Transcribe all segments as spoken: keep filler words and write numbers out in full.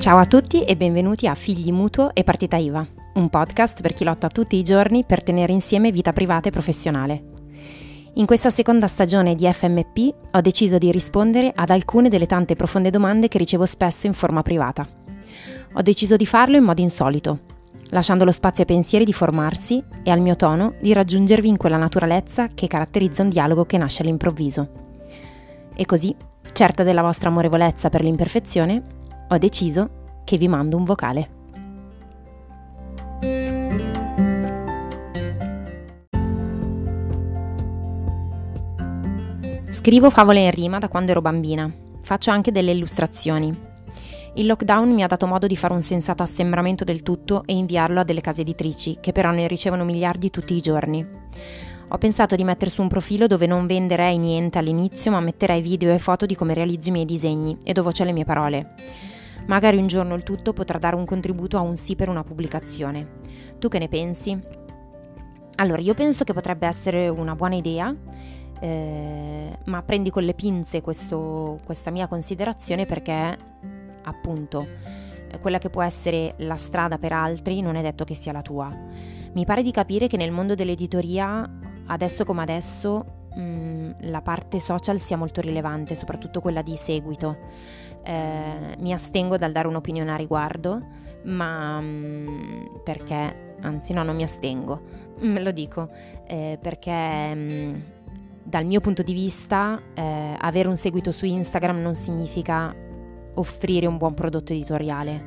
Ciao a tutti e benvenuti a Figli Mutuo e Partita I V A, un podcast per chi lotta tutti i giorni per tenere insieme vita privata e professionale. In questa seconda stagione di F M P ho deciso di rispondere ad alcune delle tante profonde domande che ricevo spesso in forma privata. Ho deciso di farlo in modo insolito, lasciando lo spazio ai pensieri di formarsi e al mio tono di raggiungervi in quella naturalezza che caratterizza un dialogo che nasce all'improvviso. E così, certa della vostra amorevolezza per l'imperfezione, ho deciso che vi mando un vocale. Scrivo favole in rima da quando ero bambina. Faccio anche delle illustrazioni. Il lockdown mi ha dato modo di fare un sensato assembramento del tutto e inviarlo a delle case editrici, che però ne ricevono miliardi tutti i giorni. Ho pensato di mettere su un profilo dove non venderei niente all'inizio, ma metterei video e foto di come realizzo i miei disegni e do voce alle mie parole. Magari un giorno il tutto potrà dare un contributo a un sì per una pubblicazione. Tu che ne pensi? Allora, io penso che potrebbe essere una buona idea, eh, ma prendi con le pinze questo, questa mia considerazione perché, appunto, quella che può essere la strada per altri non è detto che sia la tua. Mi pare di capire che nel mondo dell'editoria, adesso come adesso, mh, la parte social sia molto rilevante, soprattutto quella di seguito. Eh, mi astengo dal dare un'opinione a riguardo, ma mh, perché, anzi no, non mi astengo, me lo dico, eh, perché mh, dal mio punto di vista eh, avere un seguito su Instagram non significa offrire un buon prodotto editoriale,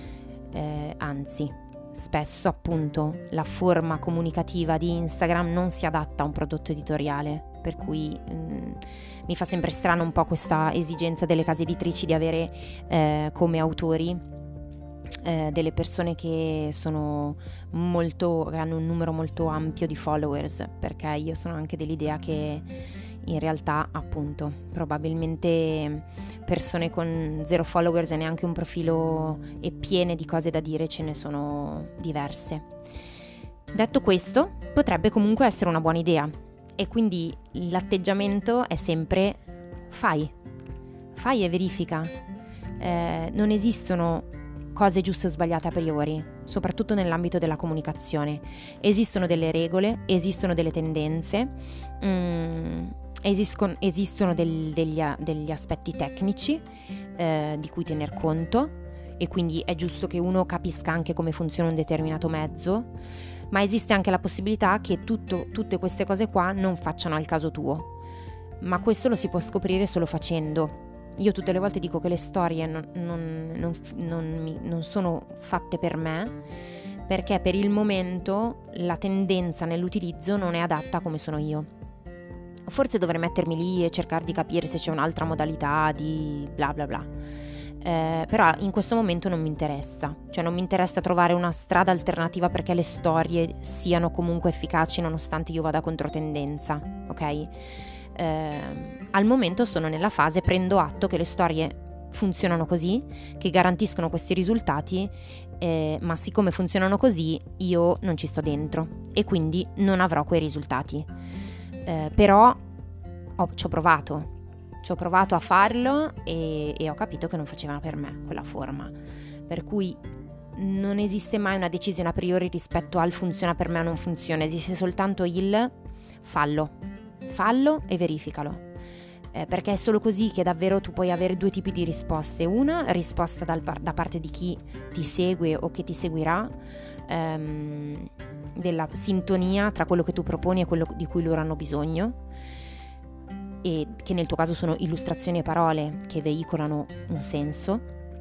eh, anzi, spesso appunto la forma comunicativa di Instagram non si adatta a un prodotto editoriale, per cui mh, mi fa sempre strano un po' questa esigenza delle case editrici di avere eh, come autori eh, delle persone che sono molto, che hanno un numero molto ampio di followers, perché io sono anche dell'idea che in realtà appunto probabilmente persone con zero followers e neanche un profilo e piene di cose da dire ce ne sono diverse. Detto questo, potrebbe comunque essere una buona idea. E quindi l'atteggiamento è sempre fai, fai e verifica. Eh, non esistono cose giuste o sbagliate a priori, soprattutto nell'ambito della comunicazione. Esistono delle regole, esistono delle tendenze, mm, esiscono, esistono del, degli, degli aspetti tecnici eh, di cui tener conto, e quindi è giusto che uno capisca anche come funziona un determinato mezzo. Ma esiste anche la possibilità che tutto, tutte queste cose qua non facciano al caso tuo, ma questo lo si può scoprire solo facendo. Io tutte le volte dico che le storie non, non, non, non, mi, non sono fatte per me, perché per il momento la tendenza nell'utilizzo non è adatta come sono io. Forse dovrei mettermi lì e cercare di capire se c'è un'altra modalità di bla bla bla. Eh, però in questo momento non mi interessa, cioè non mi interessa trovare una strada alternativa perché le storie siano comunque efficaci nonostante io vada contro tendenza, ok? Eh, al momento sono nella fase, prendo atto che le storie funzionano così, che garantiscono questi risultati, eh, ma siccome funzionano così io non ci sto dentro e quindi non avrò quei risultati. Eh, però ho, ci ho provato. Ci ho provato a farlo e, e ho capito che non faceva per me quella forma, per cui non esiste mai una decisione a priori rispetto al funziona per me o non funziona, esiste soltanto il fallo, fallo e verificalo, eh, perché è solo così che davvero tu puoi avere due tipi di risposte: una risposta dal, da parte di chi ti segue o che ti seguirà, ehm, della sintonia tra quello che tu proponi e quello di cui loro hanno bisogno, e che nel tuo caso sono illustrazioni e parole che veicolano un senso,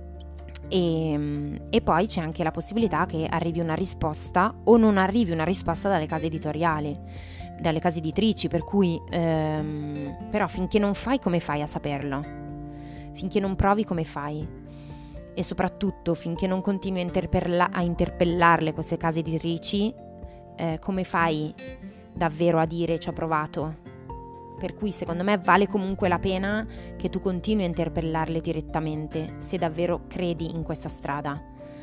e, e poi c'è anche la possibilità che arrivi una risposta o non arrivi una risposta dalle case editoriali, dalle case editrici, per cui ehm, però finché non fai, come fai a saperlo? Finché non provi, come fai? E soprattutto finché non continui a, interpella- a interpellarle queste case editrici, eh, come fai davvero a dire ci ho provato? Per cui secondo me vale comunque la pena che tu continui a interpellarle direttamente se davvero credi in questa strada,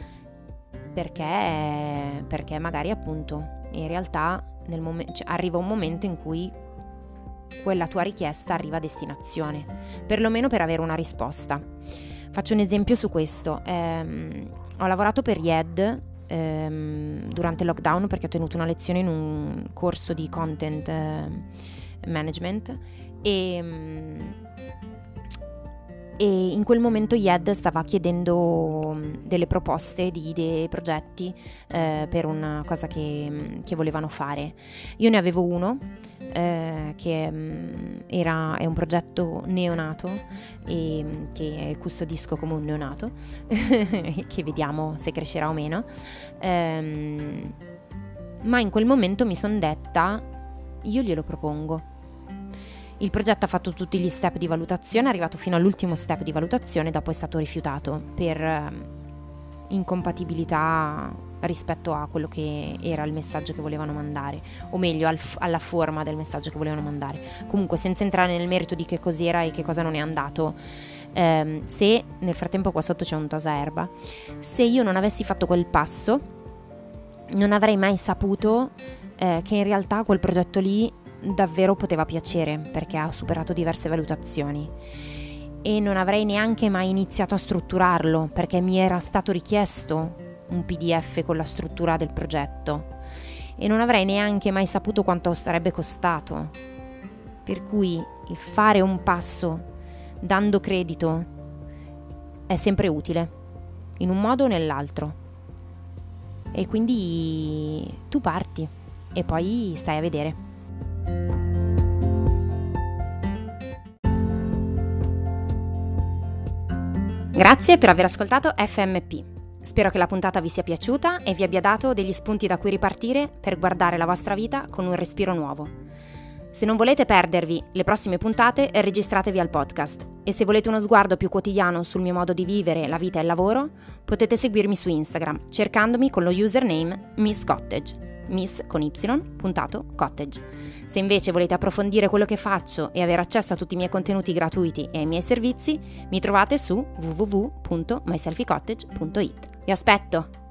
perché, perché magari appunto in realtà nel mom- cioè, arriva un momento in cui quella tua richiesta arriva a destinazione, perlomeno per avere una risposta. Faccio un esempio su questo. Eh, ho lavorato per Yed ehm, durante il lockdown perché ho tenuto una lezione in un corso di content eh, management e... e in quel momento Yed stava chiedendo delle proposte di idee, progetti eh, per una cosa che, che volevano fare. Io ne avevo uno eh, che mh, era, è un progetto neonato e che custodisco come un neonato che vediamo se crescerà o meno, ehm, ma in quel momento mi son detta io glielo propongo. Il progetto ha fatto tutti gli step di valutazione, è arrivato fino all'ultimo step di valutazione, dopo è stato rifiutato per eh, incompatibilità rispetto a quello che era il messaggio che volevano mandare, o meglio al f- alla forma del messaggio che volevano mandare. Comunque, senza entrare nel merito di che cos'era e che cosa non è andato, ehm, se nel frattempo qua sotto c'è un tosa erba, se io non avessi fatto quel passo non avrei mai saputo eh, che in realtà quel progetto lì davvero poteva piacere, perché ha superato diverse valutazioni, e non avrei neanche mai iniziato a strutturarlo perché mi era stato richiesto un P D F con la struttura del progetto e non avrei neanche mai saputo quanto sarebbe costato. Per cui il fare un passo dando credito è sempre utile, in un modo o nell'altro, e quindi tu parti e poi stai a vedere. Grazie per aver ascoltato F M P. Spero che la puntata vi sia piaciuta e vi abbia dato degli spunti da cui ripartire per guardare la vostra vita con un respiro nuovo. Se non volete perdervi le prossime puntate, registratevi al podcast, e se volete uno sguardo più quotidiano sul mio modo di vivere la vita e il lavoro, potete seguirmi su Instagram cercandomi con lo username Miss Cottage. Miss con y puntato cottage. Se invece volete approfondire quello che faccio e avere accesso a tutti i miei contenuti gratuiti e ai miei servizi, mi trovate su w w w punto my selfie cottage punto i t. Vi aspetto!